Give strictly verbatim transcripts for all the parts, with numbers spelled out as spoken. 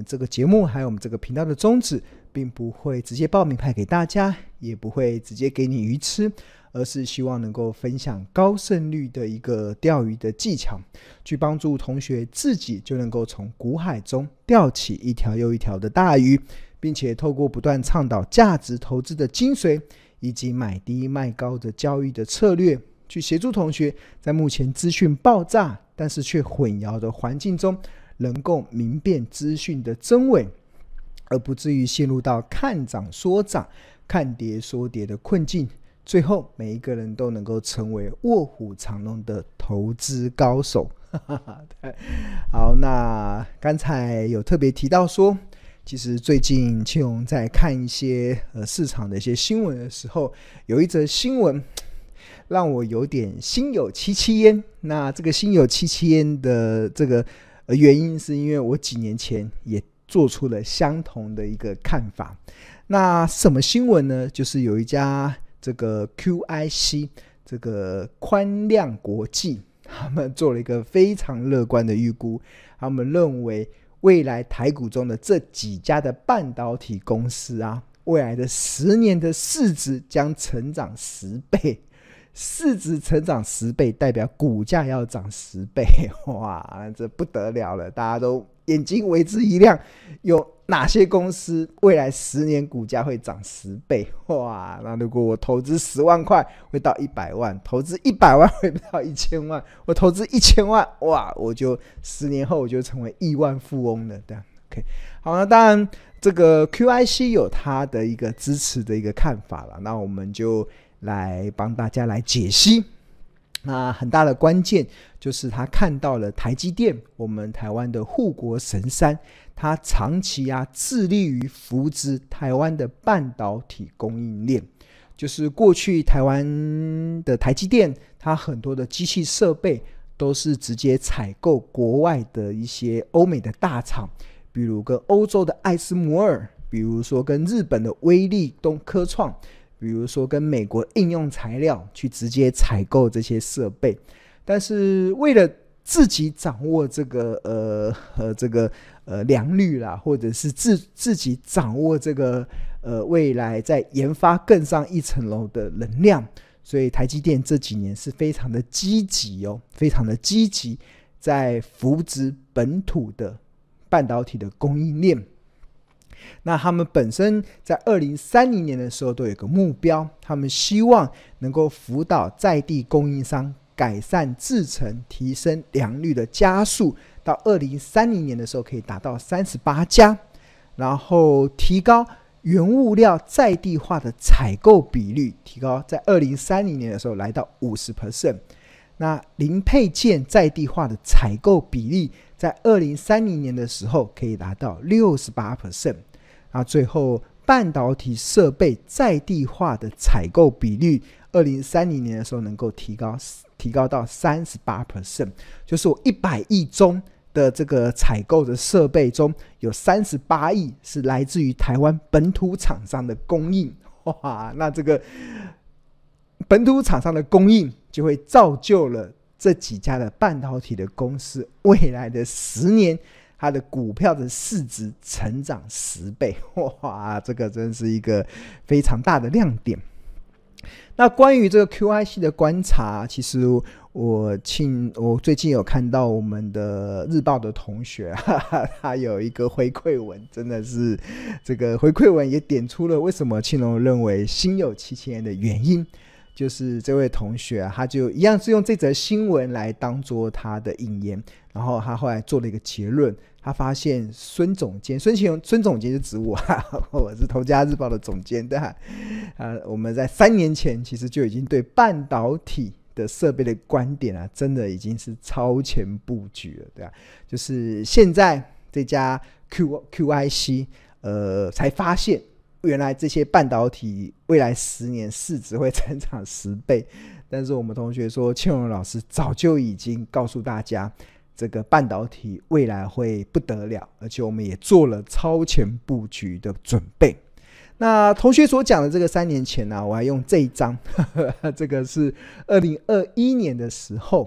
这个节目还有我们这个频道的宗旨，并不会直接报名牌给大家，也不会直接给你鱼吃，而是希望能够分享高胜率的一个钓鱼的技巧，去帮助同学自己就能够从股海中钓起一条又一条的大鱼，并且透过不断倡导价值投资的精髓，以及买低卖高的交易的策略，去协助同学在目前资讯爆炸但是却混淆的环境中，能够明辨资讯的真伪，而不至于陷入到看涨说涨看跌说跌的困境，最后每一个人都能够成为卧虎藏龙的投资高手。好，那刚才有特别提到说，其实最近庆荣在看一些、呃、市场的一些新闻的时候，有一则新闻让我有点心有戚戚焉。那这个心有戚戚焉的这个、呃、原因是因为我几年前也做出了相同的一个看法。那什么新闻呢？就是有一家这个 Q I C 这个宽量国际，他们做了一个非常乐观的预估，他们认为未来台股中的这几家的半导体公司啊，未来的十年的市值将成长十倍，市值成长十倍代表股价要涨十倍，哇，这不得了了，大家都眼睛为之一亮，有哪些公司未来十年股价会涨十倍？哇，那如果我投资十万块会到一百万，投资一百万会到一千万，我投资一千万，哇，我就十年后我就成为亿万富翁了。对 ，OK， 好，那当然这个 Q I C 有它的一个支持的一个看法了，那我们就来帮大家来解析。那很大的关键就是他看到了台积电，我们台湾的护国神山，他长期啊致力于扶植台湾的半导体供应链。就是过去台湾的台积电，它很多的机器设备都是直接采购国外的一些欧美的大厂，比如跟欧洲的艾斯摩尔，比如说跟日本的威力东科创，比如说跟美国应用材料去直接采购这些设备。但是为了自己掌握这个呃呃这个呃良率啦，或者是自自己掌握这个呃未来在研发更上一层楼的能量，所以台积电这几年是非常的积极哦，非常的积极在扶植本土的半导体的供应链。那他们本身在二零三零年的时候都有一个目标，他们希望能够辅导在地供应商改善制程，提升良率的加速，到二零三零年的时候可以达到三十八家，然后提高原物料在地化的采购比率，提高在二零三零年的时候来到 百分之五十。 那零配件在地化的采购比例在二零三零年的时候可以达到 百分之六十八。 那最后半导体设备在地化的采购比率二零三零年的时候能够提高提高到 百分之三十八， 就是我一百亿中的这个采购的设备中有三十八亿是来自于台湾本土厂商的供应。哇，那这个本土厂商的供应就会造就了这几家的半导体的公司未来的十年它的股票的市值成长十倍。哇，这个真是一个非常大的亮点。那关于这个 Q I C 的观察，其实我庆我最近有看到我们的日报的同学哈哈，他有一个回馈文，真的是这个回馈文也点出了为什么庆荣认为心有戚戚焉的原因。就是这位同学、啊、他就一样是用这则新闻来当做他的引言，然后他后来做了一个结论，他发现孙总监孙庆荣孙总监就指我、啊、我是头家日报的总监，对、啊呃、我们在三年前其实就已经对半导体的设备的观点啊，真的已经是超前布局了，对啊，就是现在这家 Q, QIC 呃才发现原来这些半导体未来十年市值会成长十倍，但是我们同学说庆荣老师早就已经告诉大家这个半导体未来会不得了，而且我们也做了超前布局的准备。那同学所讲的这个三年前呢、啊，我还用这一张呵呵这个是二零二一年的时候，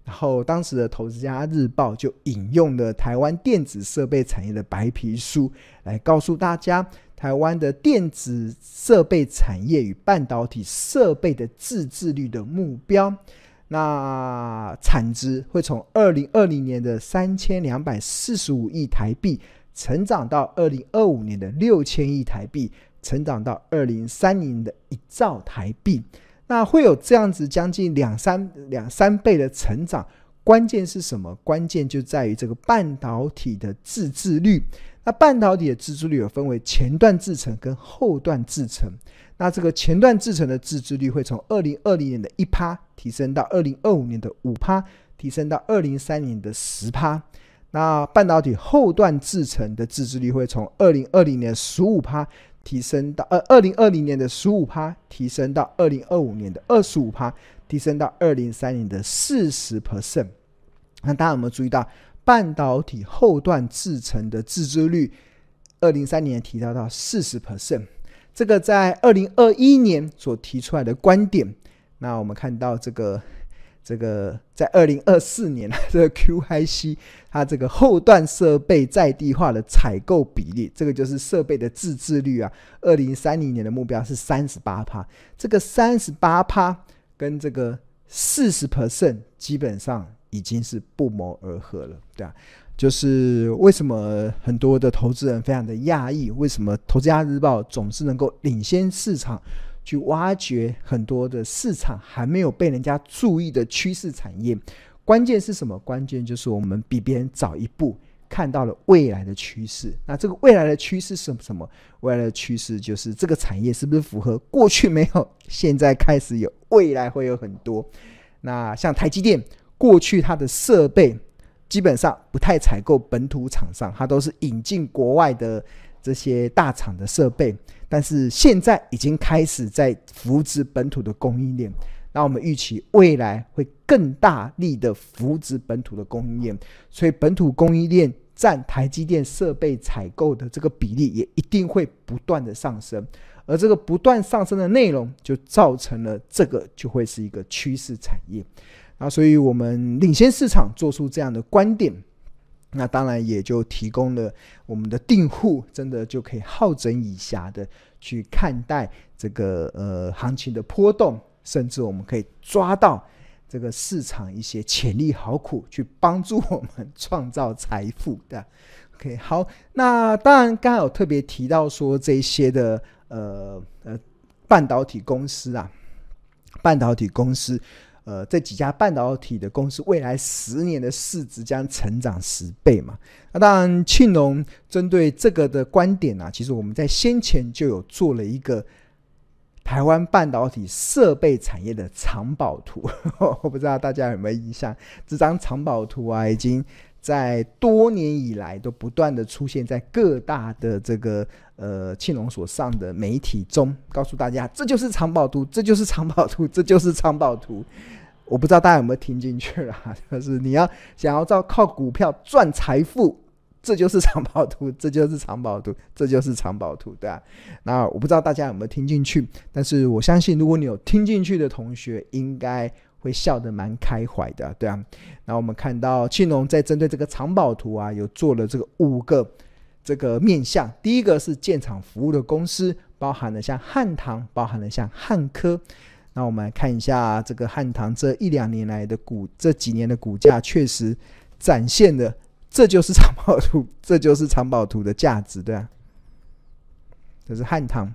然后当时的投资家日报就引用了台湾电子设备产业的白皮书，来告诉大家台湾的电子设备产业与半导体设备的自制率的目标。那产值会从二零二零年的三千两百四十五亿台币成长到二零二五年的六千亿台币，成长到二零三零年的一兆台币。那会有这样子将近两三两三倍的成长，关键是什么？关键就在于这个半导体的自制率。那半导体的自制率有分为前段制程跟后段制程。那这个前段制程的自制率会从二零二零年的 百分之一 提升到二零二五年的 百分之五， 提升到二零三零年的 百分之十。那半导体后段制程的自制率会从二零二零年的 十五%提升到呃二零二零年的 百分之十五， 提升到二零二五年的 百分之二十五， 提升到二零三零年的 百分之四十。 那大家有没有注意到半导体后段制程的自制率二零三零年提高到 百分之四十？ 这个在二零二一年所提出来的观点。那我们看到这个这个在二零二四年这个 Q I C 它这个后段设备在地化的采购比例，这个就是设备的自制率啊，二零三零年的目标是 百分之三十八， 这个 百分之三十八 跟这个 百分之四十 基本上已经是不谋而合了，对啊，就是为什么很多的投资人非常的讶异，为什么投资家日报总是能够领先市场去挖掘很多的市场还没有被人家注意的趋势产业。关键是什么？关键就是我们比别人早一步看到了未来的趋势。那这个未来的趋势是什么？未来的趋势就是这个产业是不是符合过去没有，现在开始有，未来会有很多。那像台积电，过去它的设备基本上不太采购本土厂商，它都是引进国外的这些大厂的设备，但是现在已经开始在扶植本土的供应链。那我们预期未来会更大力的扶植本土的供应链，所以本土供应链占台积电设备采购的这个比例也一定会不断的上升，而这个不断上升的内容就造成了这个就会是一个趋势产业。那所以我们领先市场做出这样的观点，那当然也就提供了我们的订户真的就可以好整以暇的去看待这个呃行情的波动，甚至我们可以抓到这个市场一些潜力好股，去帮助我们创造财富的。OK， 好，那当然刚才有特别提到说这些的呃呃半导体公司啊，半导体公司。呃，这几家半导体的公司未来十年的市值将成长十倍嘛？那当然，庆隆针对这个的观点啊，其实我们在先前就有做了一个台湾半导体设备产业的藏宝图，我不知道大家有没有印象？这张藏宝图啊，已经在多年以来都不断的出现在各大的这个呃庆隆所上的媒体中，告诉大家这就是藏宝图，这就是藏宝图，这就是藏宝图。我不知道大家有没有听进去啦，就是你要想要靠股票赚财富，这就是藏宝图，这就是藏宝图，这就是藏宝图，对啊。那我不知道大家有没有听进去，但是我相信如果你有听进去的同学，应该会笑得蛮开怀的，对啊。那我们看到庆隆在针对这个藏宝图啊，有做了这个五个这个面向。第一个是建厂服务的公司，包含了像汉唐，包含了像汉科。那我们来看一下这个汉唐这一两年来的股，这几年的股价确实展现了，这就是藏宝图，这就是藏宝图的价值，对啊。这是汉唐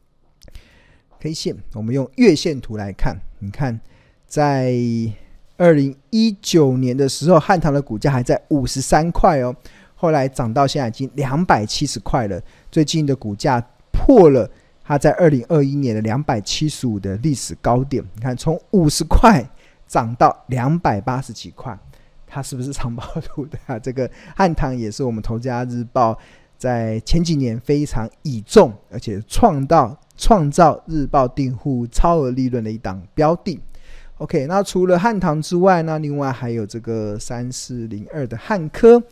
K 线，我们用月线图来看，你看在二零一九年的时候，汉唐的股价还在五十三块哦，后来涨到现在已经两百七十块了，最近的股价破了它在二零二一年的两百七十五的历史高点。你看从五十块涨到两百八十几块，它是不是藏宝图的啊？这个汉唐也是我们投资家日报在前几年非常倚重，而且创造创造日报订户超额利润的一档标的。OK， 那除了汉唐之外呢，另外还有这个三四零二的汉科。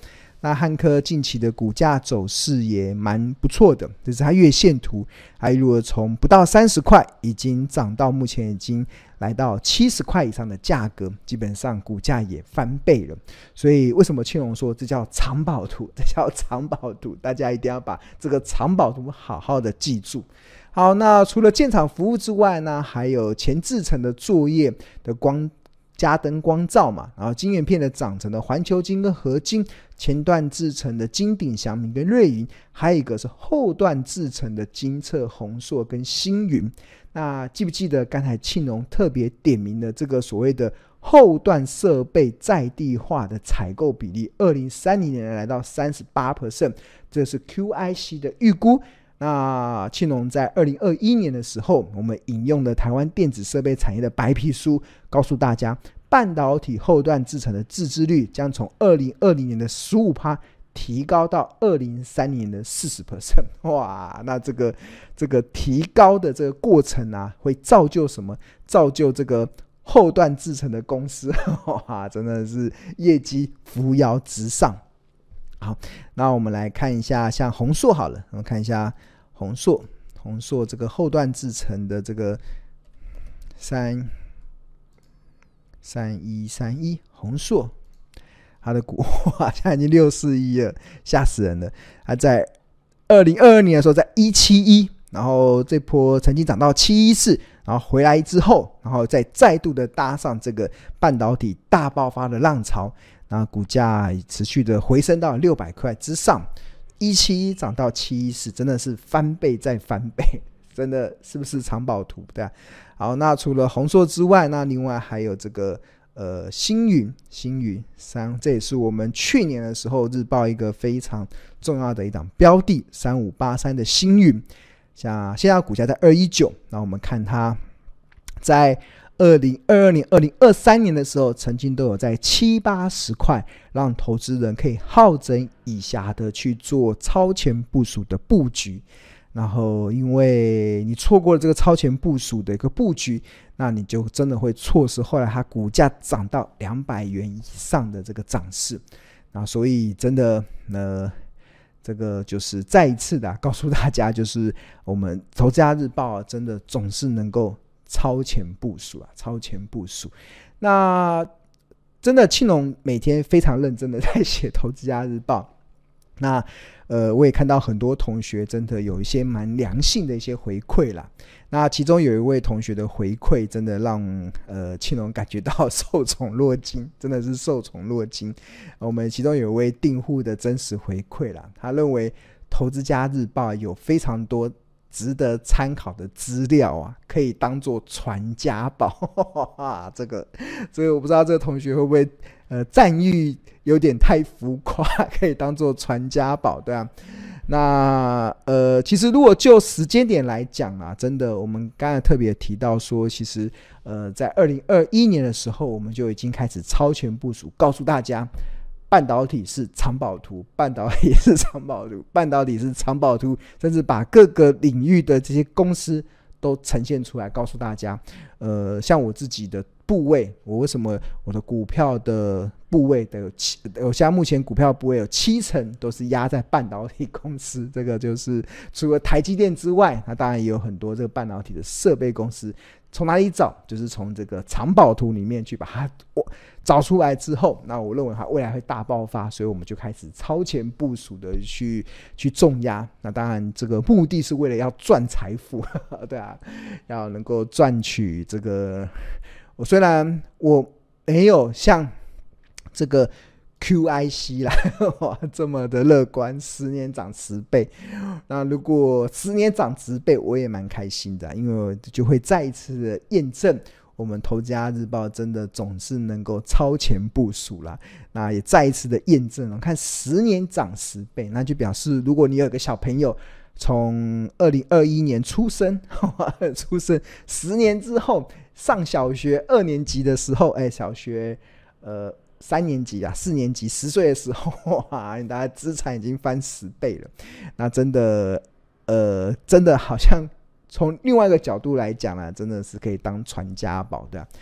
那汉科近期的股价走势也蛮不错的，这是它月线图，还一路从不到三十块已经涨到目前已经来到七十块以上的价格，基本上股价也翻倍了。所以为什么庆隆说这叫藏宝图，这叫藏宝图，大家一定要把这个藏宝图好好的记住。好，那除了建厂服务之外呢，还有前制程的作业的光加灯光罩嘛，然后晶圆片的长成的环球晶跟合金，前段制成的金鼎、祥明跟瑞云，还有一个是后段制成的金策、宏硕跟星云。那记不记得刚才庆隆特别点名的这个所谓的后段设备在地化的采购比例，二零三零年来到 百分之三十八， 这是 Q I C 的预估。那庆隆在二零二一年的时候，我们引用了台湾电子设备产业的白皮书，告诉大家半导体后段制程的自制率将从二零二零年的 百分之十五 提高到二零三零年的 百分之四十。 哇，那这个这个提高的这个过程啊，会造就什么？造就这个后段制程的公司哇，真的是业绩扶摇直上。好，那我们来看一下像宏硕好了，我们看一下宏硕宏硕这个后段制程的这个三三一三一宏硕，它的股哇现在已经六四一了，吓死人了。它在二零二二年的时候在一七一，然后这波曾经涨到七一四，然后回来之后，然后再再度的搭上这个半导体大爆发的浪潮，然后股价持续的回升到六百块之上，一七一涨到七一四，真的是翻倍再翻倍，真的是不是藏宝图？对啊。好，那除了宏硕之外，那另外还有这个呃星云，星云三，这也是我们去年的时候日报一个非常重要的一档标的，三五八三的星云，像现在股价在二一九，那我们看它在二零二二年、二零二三年的时候，曾经都有在七八十块，让投资人可以好整以暇的去做超前部署的布局。然后，因为你错过了这个超前部署的一个布局，那你就真的会错失后来它股价涨到两百元以上的这个涨势。那所以真的，呃，这个就是再一次的、啊、告诉大家，就是我们投资家日报、啊、真的总是能够超前部署啊，超前部署。那真的庆隆每天非常认真的在写投资家日报，那呃我也看到很多同学真的有一些蛮良性的一些回馈啦。那其中有一位同学的回馈真的让呃庆隆感觉到受宠若惊，真的是受宠若惊。我们其中有一位订户的真实回馈啦，他认为投资家日报有非常多值得参考的资料啊，可以当做传家宝。这个，所以我不知道这个同学会不会呃赞誉有点太浮夸，可以当做传家宝，对啊。那呃，其实如果就时间点来讲啊，真的，我们刚才特别提到说，其实呃，在二零二一年的时候，我们就已经开始超前部署，告诉大家。半导体是藏宝图，半导体是藏宝图，半导体是藏宝图，甚至把各个领域的这些公司都呈现出来，告诉大家。呃，像我自己的部位，我为什么我的股票的部位的有七，我现在目前股票部位有七成都是压在半导体公司。这个就是除了台积电之外，那当然也有很多这个半导体的设备公司。从哪里找？就是从这个藏宝图里面去把它找出来之后，那我认为它未来会大爆发，所以我们就开始超前部署的去去重压。那当然，这个目的是为了要赚财富，对啊，要能够赚取这个。我虽然我没有像这个 Q I C 啦这么的乐观，十年涨十倍。那如果十年涨十倍，我也蛮开心的，因为我就会再一次的验证我们投资家日报真的总是能够超前部署啦。那也再一次的验证了，看十年涨十倍，那就表示如果你有一个小朋友从二零二一年出生出生十年之后上小学二年级的时候，哎，小学呃三年级啊，四年级，十岁的时候，哇，大家资产已经翻十倍了。那真的，呃，真的好像从另外一个角度来讲呢，真的是可以当传家宝的啊。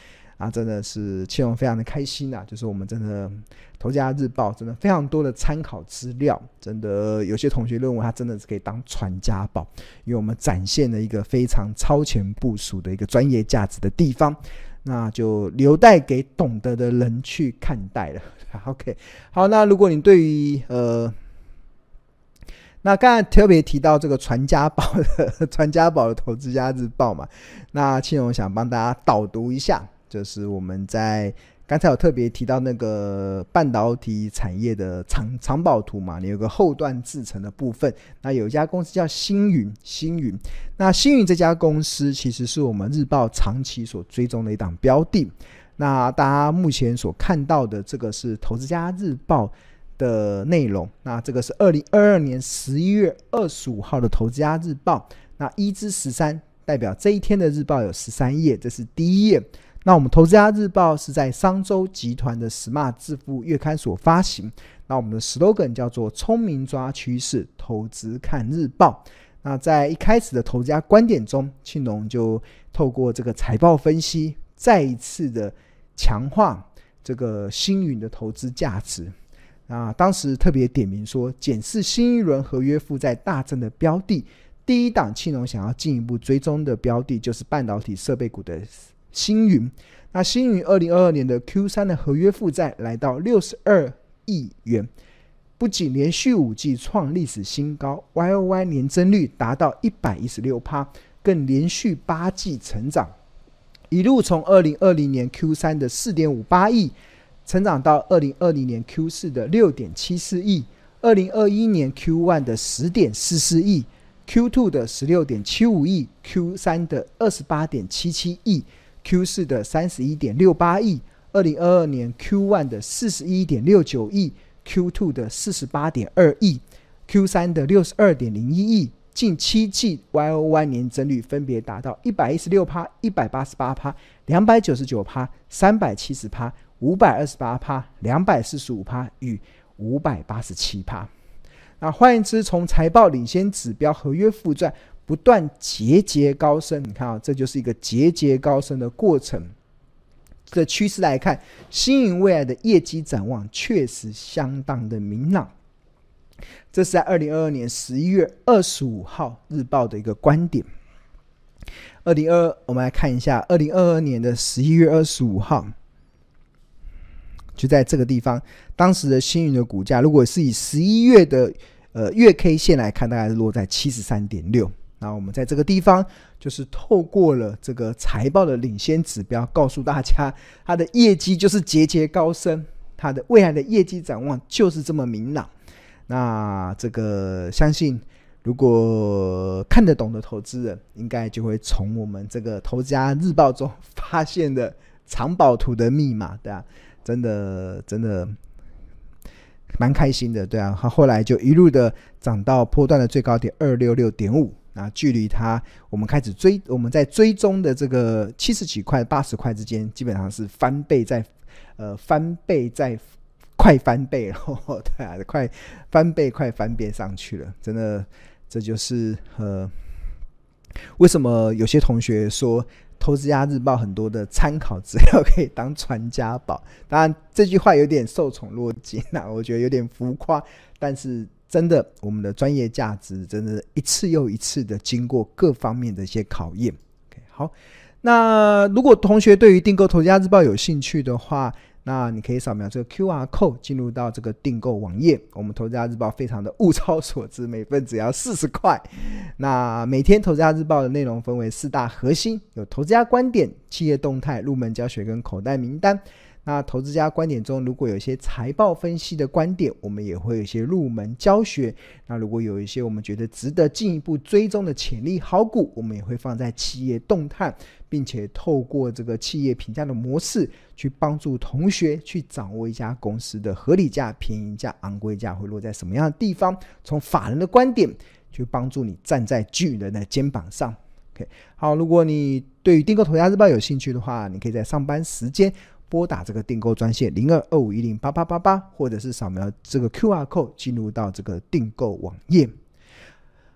啊，真的是庆荣非常的开心啊，就是我们真的头家日报真的非常多的参考资料，真的有些同学认为它真的是可以当传家宝，因为我们展现了一个非常超前部署的一个专业价值的地方，那就留待给懂得的人去看待了。OK， 好，那如果你对于呃。那刚才特别提到这个传家宝的传家宝的投资家日报嘛，那庆荣想帮大家导读一下，就是我们在刚才有特别提到那个半导体产业的藏藏宝图嘛，你有个后段制程的部分，那有一家公司叫星云，星云，那星云这家公司其实是我们日报长期所追踪的一档标的，那大家目前所看到的这个是投资家日报的内容，那这个是二零二二年十一月二十五号的投资家日报，那一至十三代表这一天的日报有十三页，这是第一页。那我们投资家日报是在商周集团的 Smart 致富月刊所发行，那我们的 slogan 叫做聪明抓趋势，投资看日报。那在一开始的投资家观点中，庆荣就透过这个财报分析再一次的强化这个星云的投资价值。那当时特别点名说，检视新一轮合约负债大增的标的，第一档庆荣想要进一步追踪的标的就是半导体设备股的星云。那星云二零二二年的 Q 三 的合约负债来到六十二亿元，不仅连续五季创历史新高， Y O Y 年增率达到 百分之一百一十六， 更连续八季成长，一路从二零二零年 Q 三 的 四点五八亿成长到二零二零年 Q 四 的 六点七四亿，二零二一年 Q 一 的 十点四四亿， Q 二 的 十六点七五亿， Q 三 的 二十八点七七亿， Q 四 的 三十一点六八亿，二零二二年 Q 一 的 四十一点六九亿， Q 二 的 四十八点二亿， Q 三 的 六十二点零一亿，近七季 Y O Y 年增率分别达到 百分之一百一十六、一百八十八、两百九十九、三百七十、五百二十八、两百四十五与五百八十七。那换言之，从财报领先指标合约负债不断节节高升，你看啊、哦，这就是一个节节高升的过程。这个趋势来看，星云未来的业绩展望确实相当的明朗。这是在二零二二年十一月二十五号日报的一个观点。二零二二，我们来看一下二零二二年的十一月二十五号。就在这个地方，当时的星云的股价，如果是以十一月的呃月 K 线来看，大概是落在 七十三点六。那我们在这个地方就是透过了这个财报的领先指标，告诉大家它的业绩就是节节高升，它的未来的业绩展望就是这么明朗。那这个相信如果看得懂的投资人，应该就会从我们这个投资家日报中发现的藏宝图的密码，对啊，真的真的蛮开心的，对啊，它后来就一路的涨到波段的最高点 二百六十六点五， 那距离它我们开始追我们在追踪的这个七十几块八十块之间，基本上是翻倍在呃翻倍在快翻倍了，对啊，快翻倍快翻倍上去了，真的这就是呃为什么有些同学说投资家日报很多的参考资料可以当传家宝。当然这句话有点受宠若惊啊，我觉得有点浮夸，但是真的我们的专业价值真的一次又一次的经过各方面的一些考验。 okay, 好，那如果同学对于订购投资家日报有兴趣的话，那你可以扫描这个 Q R code 进入到这个订购网页。我们投资家日报非常的物超所值，每份只要四十块。那每天投资家日报的内容分为四大核心，有投资家观点、企业动态、入门教学跟口袋名单。那投资家观点中，如果有一些财报分析的观点，我们也会有一些入门教学。那如果有一些我们觉得值得进一步追踪的潜力好股，我们也会放在企业动态，并且透过这个企业评价的模式，去帮助同学去掌握一家公司的合理价、便宜价、昂贵价会落在什么样的地方，从法人的观点去帮助你站在巨人的肩膀上。Okay, 好，如果你对于订购投资家日报有兴趣的话，你可以在上班时间拨打这个订购专线零二二五一零八八八八，或者是扫描这个 Q R code 进入到这个订购网页。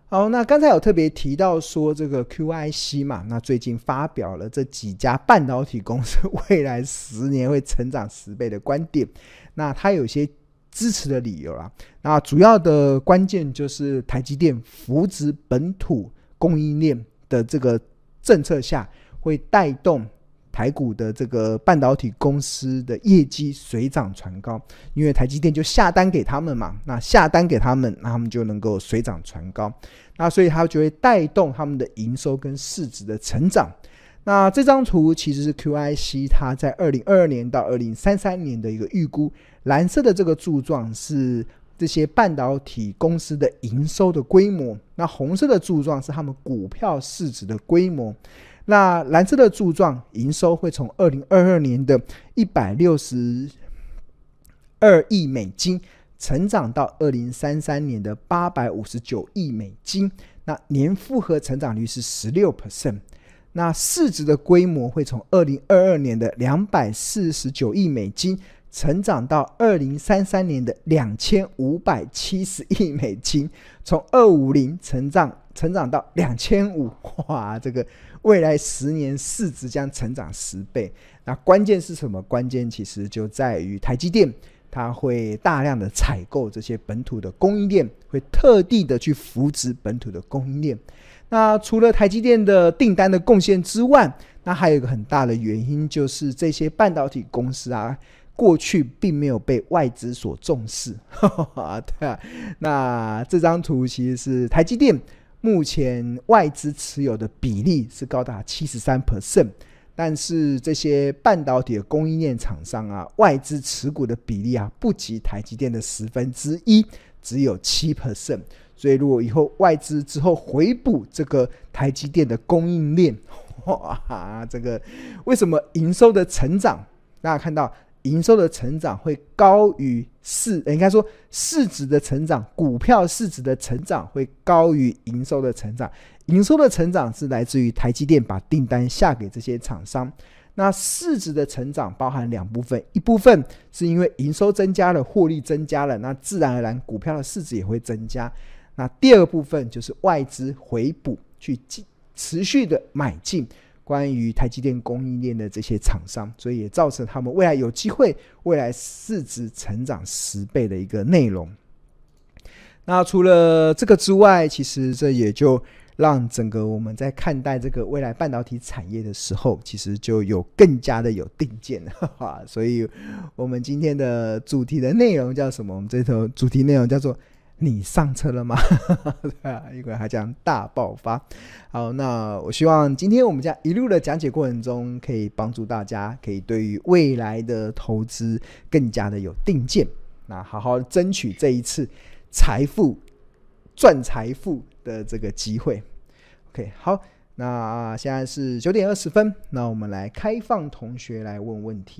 好，那刚才有特别提到说这个 Q I C 嘛，那最近发表了这几家半导体公司未来十年会成长十倍的观点，那它有一些支持的理由啦。那主要的关键就是台积电扶植本土供应链的这个政策下，会带动台股的这个半导体公司的业绩水涨船高，因为台积电就下单给他们嘛，那下单给他们，那他们就能够水涨船高，那所以它就会带动他们的营收跟市值的成长。那这张图其实是 Q I C 它在二零二二年到二零三三年的一个预估，蓝色的这个柱状是这些半导体公司的营收的规模，那红色的柱状是他们股票市值的规模。那蓝色的柱状营收会从二零二二年的一百六十二亿美金成长到二零三三年的八百五十九亿美金，那年复合成长率是 百分之十六。 那市值的规模会从二零二二年的两百四十九亿美金成长到二零三三年的两千五百七十亿美金，从二百五十成长成长到两千五百，哇，这个未来十年市值将成长十倍。那关键是什么？关键其实就在于台积电，它会大量的采购这些本土的供应链，会特地的去扶植本土的供应链。那除了台积电的订单的贡献之外，那还有一个很大的原因，就是这些半导体公司啊，过去并没有被外资所重视。对啊，那这张图其实是台积电目前外资持有的比例是高达 百分之七十三， 但是这些半导体的供应链厂商啊，外资持股的比例啊，不及台积电的十分之一，只有 百分之七。 所以如果以后外资之后回补这个台积电的供应链，哇，这个为什么营收的成长，大家看到营收的成长会高于市，应该说市值的成长，股票市值的成长会高于营收的成长。营收的成长是来自于台积电把订单下给这些厂商，那市值的成长包含两部分，一部分是因为营收增加了，获利增加了，那自然而然股票的市值也会增加。那第二部分就是外资回补，去持续的买进关于台积电供应链的这些厂商，所以也造成他们未来有机会未来市值成长十倍的一个内容。那除了这个之外，其实这也就让整个我们在看待这个未来半导体产业的时候，其实就有更加的有定见了。所以我们今天的主题的内容叫什么？我们这头主题内容叫做你上车了吗？对啊，因为它讲大爆发。好，那我希望今天我们这样一路的讲解过程中，可以帮助大家可以对于未来的投资更加的有定见，那好好争取这一次财富赚财富的这个机会。 OK， 好，那现在是九点二十分，那我们来开放同学来问问题。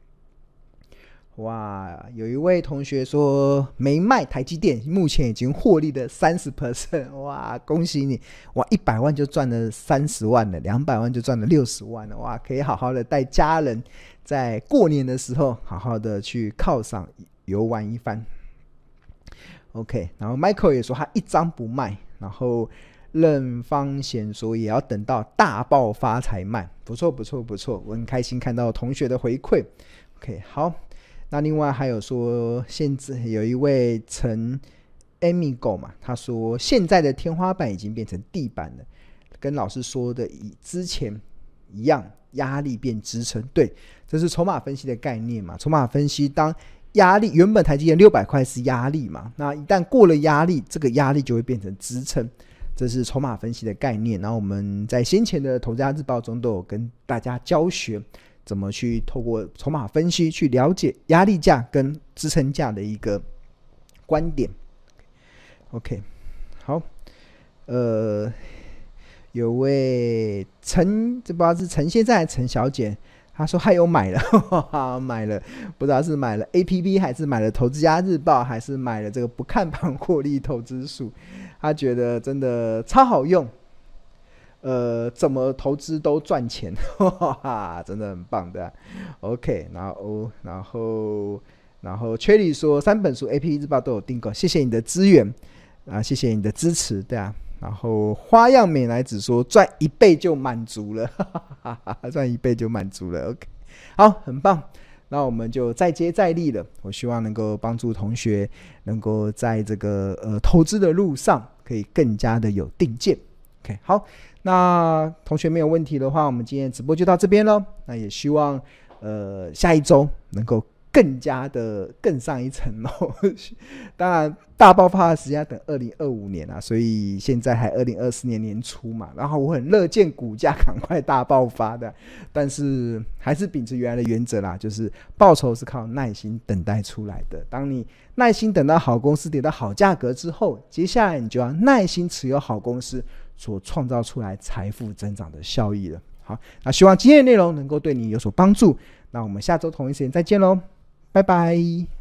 哇，有一位同学说没卖台积电，目前已经获利了 百分之三十， 哇，恭喜你！哇，一百万就赚了三十万了，两百万就赚了六十万了，哇，可以好好的带家人在过年的时候好好的去犒赏游玩一番。 OK， 然后 Michael 也说他一张不卖，然后任方贤说也要等到大爆发才卖，不错不错不错，我很开心看到同学的回馈。 OK， 好，那另外还有说现在有一位陈 Amigo 嘛，他说现在的天花板已经变成地板了，跟老师说的以之前一样，压力变支撑。对，这是筹码分析的概念嘛，筹码分析当压力原本台积电六百块是压力嘛，那一旦过了压力，这个压力就会变成支撑，这是筹码分析的概念。然后我们在先前的投资家日报中都有跟大家教学怎么去透过筹码分析去了解压力价跟支撑价的一个观点。 OK， 好，呃，有位陈，这不知道是陈先生还是陈小姐，他说他有买了，呵呵，买了，不知道是买了 A P P 还是买了投资家日报，还是买了这个不看盘获利投资术，他觉得真的超好用，呃，怎么投资都赚钱，呵呵，真的很棒的。OK， 然后然后然后 Cherry 说三本书 A P P 日报都有订购，谢谢你的资源啊，谢谢你的支持，对啊， 然后花样美男子说赚一倍就满足了，赚一倍就满足了。OK， 好，很棒。那我们就再接再厉了。我希望能够帮助同学能够在这个呃投资的路上可以更加的有定见。OK， 好，那同学没有问题的话，我们今天直播就到这边咯。那也希望呃下一周能够更加的更上一层楼。当然大爆发的时间要等二零二五年啊，所以现在还二零二四年年初嘛，然后我很乐见股价赶快大爆发的，但是还是秉持原来的原则啦，就是报酬是靠耐心等待出来的。当你耐心等到好公司跌到好价格之后，接下来你就要耐心持有好公司所创造出来财富增长的效益了。好，那希望今天的内容能够对你有所帮助，那我们下周同一时间再见咯，拜拜。